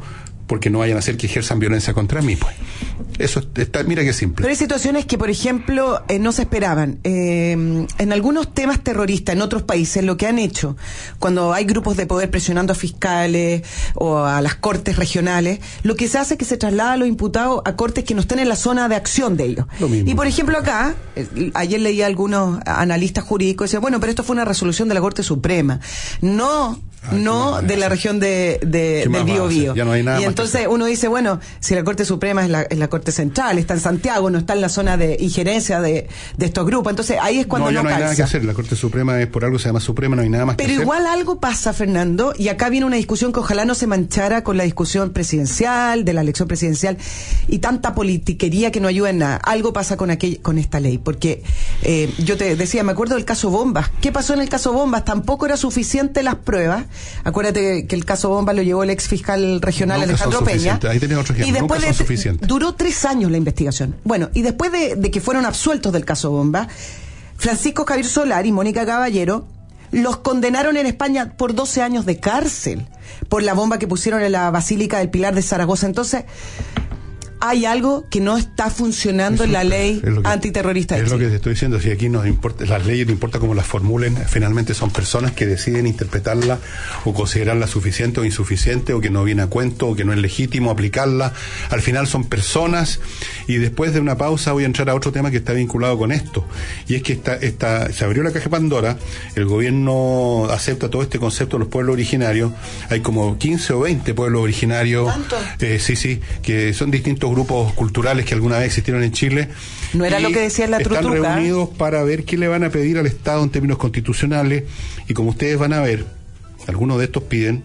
S2: porque no vayan a hacer que ejerzan violencia contra mí, pues. Eso está, mira qué simple.
S3: Pero hay situaciones que, por ejemplo, no se esperaban. En algunos temas terroristas, en otros países, lo que han hecho, cuando hay grupos de poder presionando a fiscales o a las cortes regionales, lo que se hace es que se traslada a los imputados a cortes que no estén en la zona de acción de ellos. Y, por ejemplo, acá, ayer leí a algunos analistas jurídicos y decían, bueno, pero esto fue una resolución de la Corte Suprema. No de la región del Biobío.
S2: Ya no hay nada.
S3: Y entonces uno dice, bueno, si la Corte Suprema es la Corte Central, está en Santiago, no está en la zona de injerencia de estos grupos, entonces ahí es cuando
S2: no hay nada que hacer. La Corte Suprema es por algo, se llama Suprema, no hay nada más que hacer.
S3: Pero igual algo pasa, Fernando, y acá viene una discusión que ojalá no se manchara con la discusión presidencial, de la elección presidencial, y tanta politiquería que no ayuda en nada. Algo pasa con esta ley, porque yo te decía, me acuerdo del caso Bombas. ¿Qué pasó en el caso Bombas? Tampoco era suficiente las pruebas. Acuérdate que el caso Bomba lo llevó el ex fiscal regional Alejandro Peña.
S2: Ahí tenés otro ejemplo.
S3: Y después duró 3 años la investigación. Bueno, y después de que fueron absueltos del caso Bomba, Francisco Javier Solar y Mónica Caballero los condenaron en España por 12 años de cárcel por la bomba que pusieron en la Basílica del Pilar de Zaragoza. Entonces, hay algo que no está funcionando en la ley antiterrorista de
S2: Chile.
S3: Es
S2: lo que te estoy diciendo, si aquí nos importa, las leyes no importa cómo las formulen, finalmente son personas que deciden interpretarla o considerarla suficiente o insuficiente, o que no viene a cuento, o que no es legítimo aplicarla. Al final son personas, y después de una pausa voy a entrar a otro tema que está vinculado con esto, y es que se abrió la caja de Pandora, el gobierno acepta todo este concepto de los pueblos originarios, hay como 15 o 20 pueblos originarios.
S3: ¿Cuánto?
S2: Sí, que son distintos grupos culturales que alguna vez existieron en Chile.
S3: No era lo que decía la Trutuca.
S2: Están reunidos para ver qué le van a pedir al Estado en términos constitucionales, y como ustedes van a ver, algunos de estos piden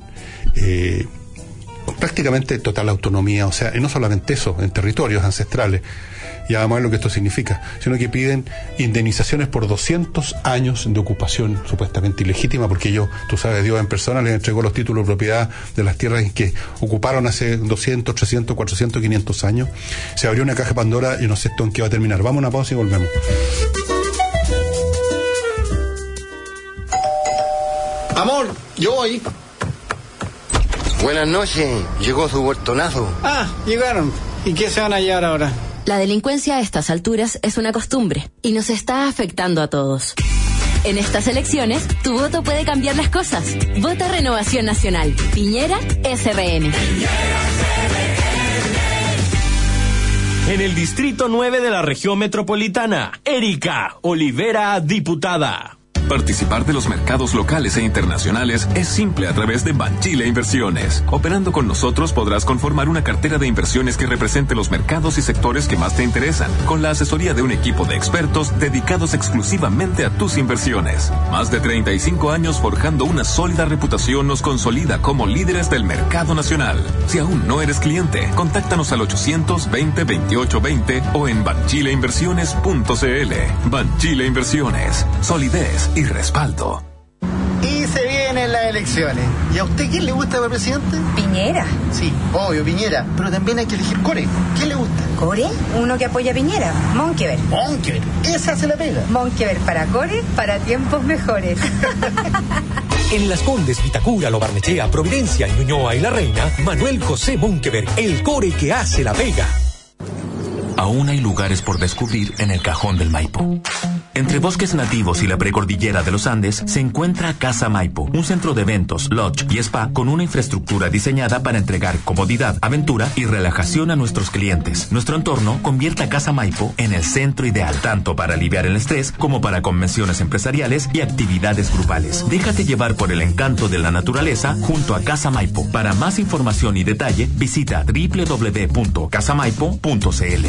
S2: prácticamente total autonomía, o sea, no solamente eso, en territorios ancestrales, ya vamos a ver lo que esto significa, sino que piden indemnizaciones por 200 años de ocupación supuestamente ilegítima, porque ellos, tú sabes, Dios en persona les entregó los títulos de propiedad de las tierras que ocuparon hace 200, 300, 400, 500 años. Se abrió una caja de Pandora y no sé esto en qué va a terminar. Vamos a una pausa y volvemos.
S6: Amor, yo voy.
S4: Buenas noches, llegó su huertonazo.
S6: Ah, llegaron. ¿Y qué se van a llevar ahora?
S5: La delincuencia a estas alturas es una costumbre y nos está afectando a todos. En estas elecciones, tu voto puede cambiar las cosas. Vota Renovación Nacional. Piñera, SRN.
S23: En el Distrito 9 de la Región Metropolitana, Erika Olivera, diputada.
S14: Participar de los mercados locales e internacionales es simple a través de Banchile Inversiones. Operando con nosotros podrás conformar una cartera de inversiones que represente los mercados y sectores que más te interesan, con la asesoría de un equipo de expertos dedicados exclusivamente a tus inversiones. Más de 35 años forjando una sólida reputación nos consolida como líderes del mercado nacional. Si aún no eres cliente, contáctanos al 800-20-28-20 o en banchileinversiones.cl. Banchile Inversiones. Solidez y respaldo.
S6: Y se vienen las elecciones. ¿Y a usted quién le gusta para presidente?
S7: Piñera.
S6: Sí, obvio, Piñera. Pero también hay que elegir core. ¿Quién le gusta?
S7: ¿Core? Uno que apoya a Piñera. Monkever.
S6: Monkever. Esa se la pega.
S7: Monkever para Core, para tiempos mejores.
S8: En Las Condes, Vitacura, Lo Barnechea, Providencia, Ñuñoa y La Reina, Manuel José Monkever, el core que hace la pega.
S24: Aún hay lugares por descubrir en el Cajón del Maipo. Entre bosques nativos y la precordillera de los Andes se encuentra Casa Maipo, un centro de eventos, lodge y spa con una infraestructura diseñada para entregar comodidad, aventura y relajación a nuestros clientes. Nuestro entorno convierte a Casa Maipo en el centro ideal, tanto para aliviar el estrés como para convenciones empresariales y actividades grupales. Déjate llevar por el encanto de la naturaleza junto a Casa Maipo. Para más información y detalle, visita www.casamaipo.cl.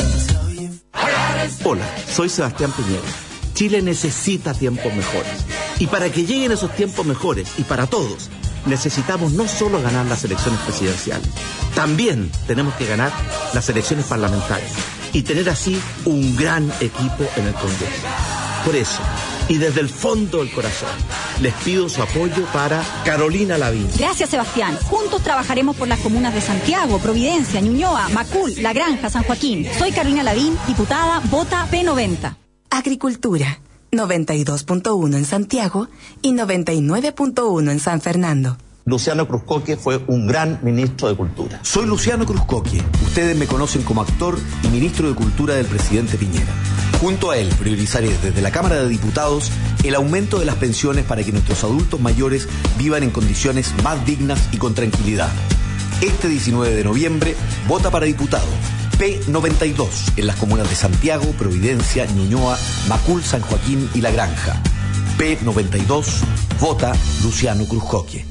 S12: Hola, soy Sebastián Piñera. Chile necesita tiempos mejores. Y para que lleguen esos tiempos mejores, y para todos, necesitamos no solo ganar las elecciones presidenciales, también tenemos que ganar las elecciones parlamentarias y tener así un gran equipo en el Congreso. Por eso, y desde el fondo del corazón, les pido su apoyo para Carolina Lavín.
S25: Gracias, Sebastián. Juntos trabajaremos por las comunas de Santiago, Providencia, Ñuñoa, Macul, La Granja, San Joaquín. Soy Carolina Lavín, diputada, vota P90.
S16: Agricultura, 92.1 en Santiago y 99.1 en San Fernando.
S12: Luciano Cruzcoque fue un gran ministro de Cultura.
S18: Soy Luciano Cruzcoque. Ustedes me conocen como actor y ministro de Cultura del presidente Piñera. Junto a él priorizaré desde la Cámara de Diputados el aumento de las pensiones para que nuestros adultos mayores vivan en condiciones más dignas y con tranquilidad. Este 19 de noviembre, vota para diputado P92 en las comunas de Santiago, Providencia, Ñuñoa, Macul, San Joaquín y La Granja. P92, vota Luciano Cruzcoque.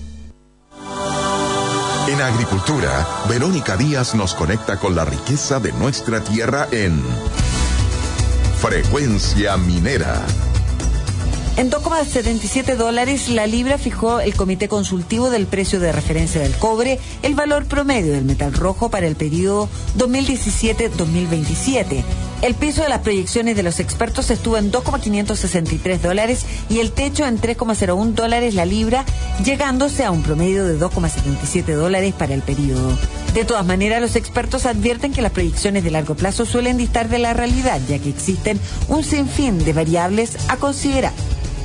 S1: En Agricultura, Verónica Díaz nos conecta con la riqueza de nuestra tierra en Frecuencia Minera.
S10: En $2,77 la libra fijó el Comité Consultivo del Precio de Referencia del Cobre el valor promedio del metal rojo para el periodo 2017-2027. El piso de las proyecciones de los expertos estuvo en $2,563 y el techo en $3,01 la libra, llegándose a un promedio de $2,77 para el periodo. De todas maneras, los expertos advierten que las proyecciones de largo plazo suelen distar de la realidad, ya que existen un sinfín de variables a considerar.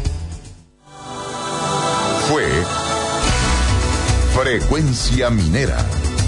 S1: Fue Frecuencia Minera.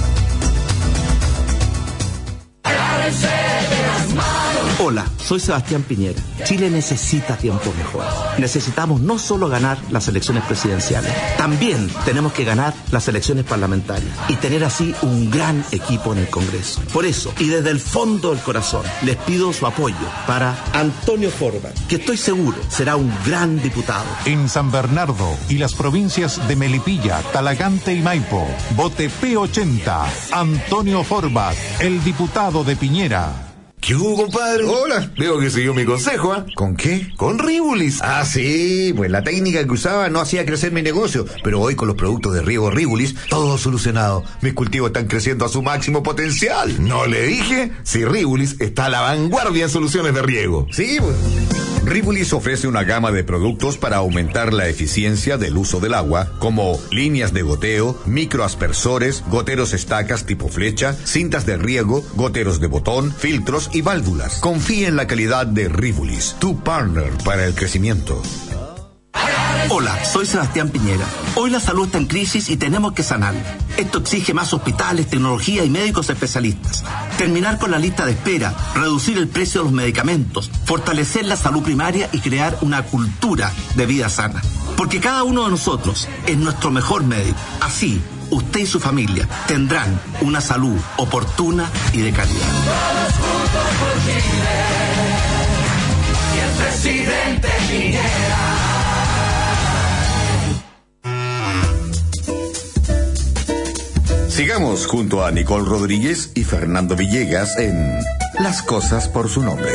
S12: Hola, soy Sebastián Piñera. Chile necesita tiempos mejores. Necesitamos no solo ganar las elecciones presidenciales, también tenemos que ganar las elecciones parlamentarias y tener así un gran equipo en el Congreso. Por eso, y desde el fondo del corazón, les pido su apoyo para Antonio Forbat, que estoy seguro será un gran diputado.
S11: En San Bernardo y las provincias de Melipilla, Talagante y Maipo, vote P80, Antonio Forbat, el diputado de Piñera.
S9: ¿Qué hubo, compadre?
S13: Hola, veo que siguió mi consejo, ¿eh?
S9: ¿Con qué?
S13: Con Rivulis.
S9: Ah, sí, pues la técnica que usaba no hacía crecer mi negocio, pero hoy con los productos de riego Rivulis, todo solucionado. Mis cultivos están creciendo a su máximo potencial.
S13: ¿No le dije? Si Rivulis está a la vanguardia en soluciones de riego.
S9: Sí, pues. Rivulis ofrece una gama de productos para aumentar la eficiencia del uso del agua, como líneas de goteo, microaspersores, goteros estacas tipo flecha, cintas de riego, goteros de botón, filtros y válvulas. Confíe en la calidad de Rivulis, tu partner para el crecimiento.
S12: Hola, soy Sebastián Piñera. Hoy la salud está en crisis y tenemos que sanarla. Esto exige más hospitales, tecnología y médicos especialistas. Terminar con la lista de espera, reducir el precio de los medicamentos, fortalecer la salud primaria y crear una cultura de vida sana. Porque cada uno de nosotros es nuestro mejor médico. Así, usted y su familia tendrán una salud oportuna y de calidad.
S15: Todos juntos por Chile y el presidente Piñera.
S9: Sigamos junto a Nicole Rodríguez y Fernando Villegas en Las Cosas por su Nombre.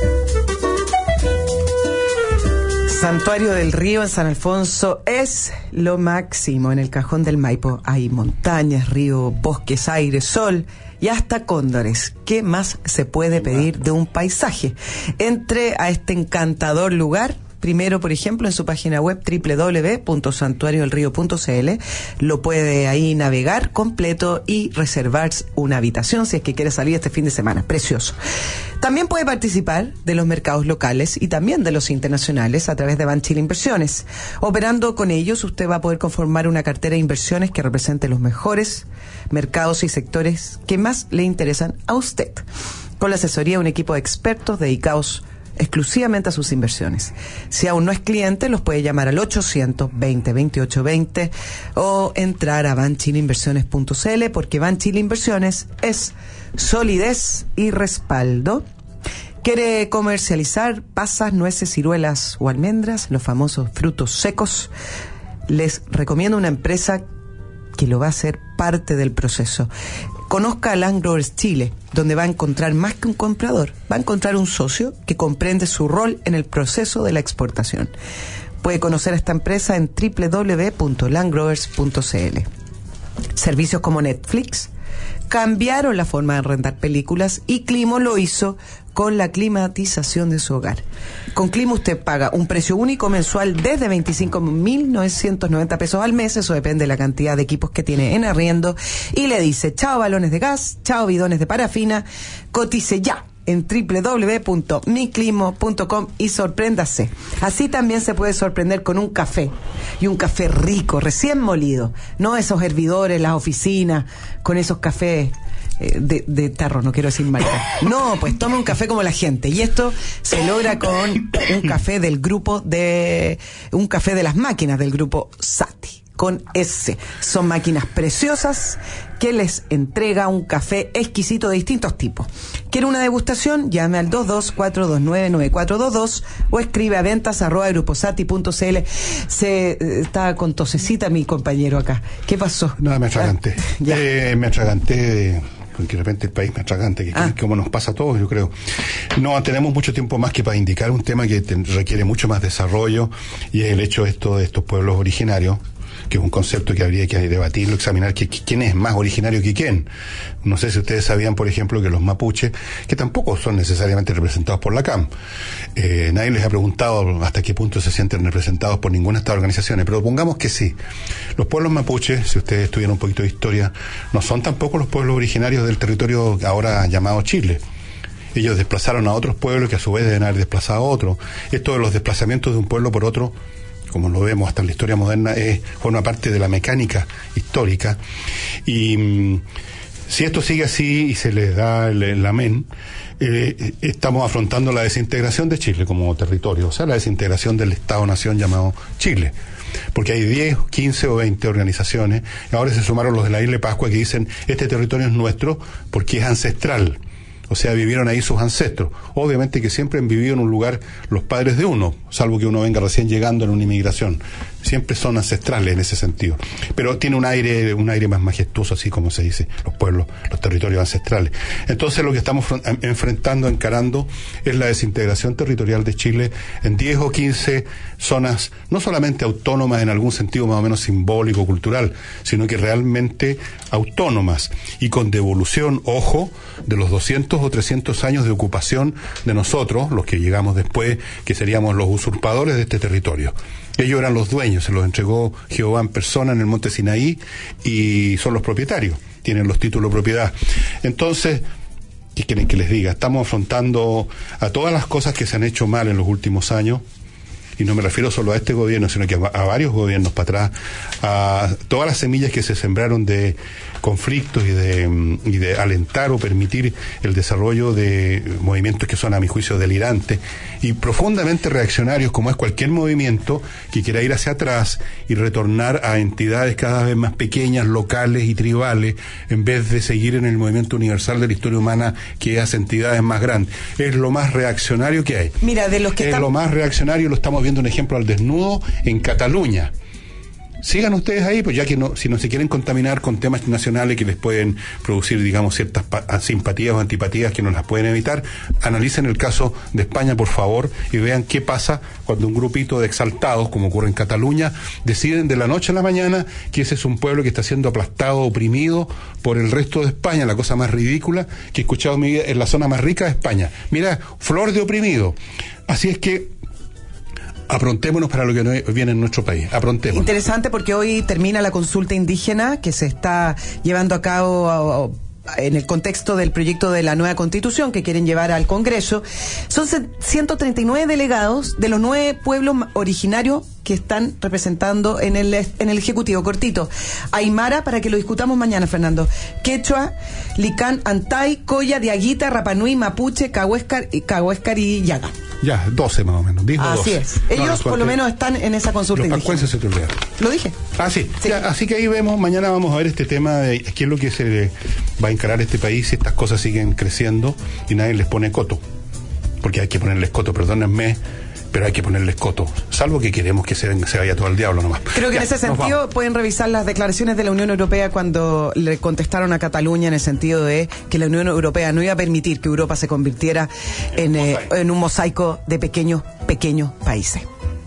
S3: Santuario del Río en San Alfonso es lo máximo. En el Cajón del Maipo hay montañas, río, bosques, aire, sol y hasta cóndores. ¿Qué más se puede pedir de un paisaje? Entre a este encantador lugar. Primero, por ejemplo, en su página web www.santuariodelrío.cl lo puede ahí navegar completo y reservar una habitación si es que quiere salir este fin de semana. Precioso. También puede participar de los mercados locales y también de los internacionales a través de Banchile Inversiones. Operando con ellos, usted va a poder conformar una cartera de inversiones que represente los mejores mercados y sectores que más le interesan a usted. Con la asesoría de un equipo de expertos dedicados exclusivamente a sus inversiones. Si aún no es cliente, los puede llamar al 800-20-28-20 o entrar a banchileinversiones.cl, porque Banchile Inversiones es solidez y respaldo. ¿Quiere comercializar pasas, nueces, ciruelas o almendras, los famosos frutos secos? Les recomiendo una empresa que lo va a hacer parte del proceso. Conozca a Land Growers Chile, donde va a encontrar más que un comprador, va a encontrar un socio que comprende su rol en el proceso de la exportación. Puede conocer a esta empresa en www.landgrowers.cl. Servicios como Netflix cambiaron la forma de rentar películas y Climo lo hizo con la climatización de su hogar. Con Climo usted paga un precio único mensual desde 25.990 pesos al mes, eso depende de la cantidad de equipos que tiene en arriendo, y le dice chao balones de gas, chao bidones de parafina, cotice ya en www.miclimo.com y sorpréndase. Así también se puede sorprender con un café, y un café rico, recién molido, no esos hervidores, las oficinas, con esos cafés de tarro, no quiero decir marca. No, pues toma un café como la gente, y esto se logra con un café del grupo un café de las máquinas del grupo Sati, con S. Son máquinas preciosas que les entrega un café exquisito de distintos tipos. ¿Quiere una degustación? Llame al 224299422 o escribe a ventas@gruposati.cl. Está con tosecita mi compañero acá. ¿Qué pasó?
S2: Nada, me atraganté. Me atraganté porque de repente el país me atragante, como nos pasa a todos, yo creo. No tenemos mucho tiempo más que para indicar un tema que requiere mucho más desarrollo, y es el hecho de estos pueblos originarios, que es un concepto que habría que debatirlo, examinar quién es más originario que quién. No sé si ustedes sabían, por ejemplo, que los mapuches, que tampoco son necesariamente representados por la CAM, nadie les ha preguntado hasta qué punto se sienten representados por ninguna de estas organizaciones, pero pongamos que sí. Los pueblos mapuches, si ustedes estudian un poquito de historia, no son tampoco los pueblos originarios del territorio ahora llamado Chile. Ellos desplazaron a otros pueblos que a su vez deben haber desplazado a otros. Esto de los desplazamientos de un pueblo por otro, como lo vemos hasta en la historia moderna, forma parte de la mecánica histórica. Y si esto sigue así y se les da el amén, estamos afrontando la desintegración de Chile como territorio, o sea, la desintegración del Estado-Nación llamado Chile. Porque hay 10, 15 o 20 organizaciones, y ahora se sumaron los de la Isla de Pascua, que dicen, este territorio es nuestro porque es ancestral. O sea, vivieron ahí sus ancestros. Obviamente que siempre han vivido en un lugar los padres de uno, salvo que uno venga recién llegando en una inmigración. Siempre son ancestrales en ese sentido. Pero tiene un aire más majestuoso, así como se dice, los pueblos, los territorios ancestrales. Entonces lo que estamos encarando, es la desintegración territorial de Chile en 10 o 15 zonas, no solamente autónomas en algún sentido más o menos simbólico, cultural, sino que realmente autónomas y con devolución, ojo, de los 200 o 300 años de ocupación de nosotros, los que llegamos después, que seríamos los usurpadores de este territorio. Ellos eran los dueños, se los entregó Jehová en persona en el monte Sinaí, y son los propietarios, tienen los títulos de propiedad. Entonces, ¿qué quieren que les diga? Estamos afrontando a todas las cosas que se han hecho mal en los últimos años, y no me refiero solo a este gobierno, sino que a varios gobiernos para atrás, a todas las semillas que se sembraron de conflictos y de alentar o permitir el desarrollo de movimientos que son, a mi juicio, delirantes y profundamente reaccionarios, como es cualquier movimiento que quiera ir hacia atrás y retornar a entidades cada vez más pequeñas, locales y tribales, en vez de seguir en el movimiento universal de la historia humana, que hace entidades más grandes. Es lo más reaccionario que hay.
S3: Mira, de los que
S2: lo más reaccionario, lo estamos viendo un ejemplo al desnudo en Cataluña. Sigan ustedes ahí, pues ya que si no se quieren contaminar con temas nacionales que les pueden producir, digamos, ciertas simpatías o antipatías que no las pueden evitar, analicen el caso de España, por favor, y vean qué pasa cuando un grupito de exaltados, como ocurre en Cataluña, deciden de la noche a la mañana que ese es un pueblo que está siendo aplastado, oprimido por el resto de España, la cosa más ridícula que he escuchado en mi vida, en la zona más rica de España. Mira, flor de oprimido. Así es que aprontémonos para lo que viene en nuestro país. Aprontémonos.
S3: Interesante, porque hoy termina la consulta indígena que se está llevando a cabo en el contexto del proyecto de la nueva Constitución que quieren llevar al Congreso. Son 139 delegados de los 9 pueblos originarios que están representando en el Ejecutivo. Cortito: Aymara, para que lo discutamos mañana, Fernando; Quechua, Licán, Antay, Coya, Diaguita, Rapanui, Mapuche, Cahuéscar y Yaga.
S2: Ya, 12 más o menos. Dijo
S3: Así
S2: 12.
S3: es. Ellos por lo menos están en esa consulta indígena.
S2: Los pascuenses se te olvidaron.
S3: ¿Lo dije?
S2: Ah, sí. Ya, así que ahí vemos, mañana vamos a ver este tema de qué es lo que se va a encarar este país si estas cosas siguen creciendo y nadie les pone coto. Porque hay que ponerles coto, perdónenme, pero hay que ponerles coto, salvo que queremos que se vaya todo al diablo nomás.
S3: Creo que en ese sentido pueden revisar las declaraciones de la Unión Europea cuando le contestaron a Cataluña, en el sentido de que la Unión Europea no iba a permitir que Europa se convirtiera en un mosaico de pequeños países.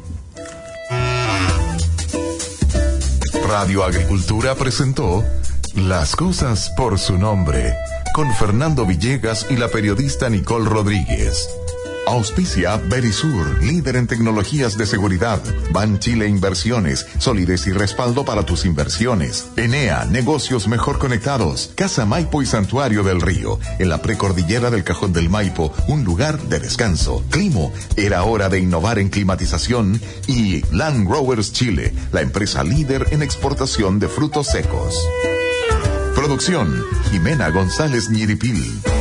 S1: Radio Agricultura presentó Las Cosas por su Nombre, con Fernando Villegas y la periodista Nicole Rodríguez. Auspicia Verisur, líder en tecnologías de seguridad. Ban Chile Inversiones, solidez y respaldo para tus inversiones. Enea, negocios mejor conectados. Casa Maipo y Santuario del Río, en la precordillera del Cajón del Maipo, un lugar de descanso. Climo, era hora de innovar en climatización. Y Land Growers Chile, la empresa líder en exportación de frutos secos. Producción, Jimena González Ñiripil.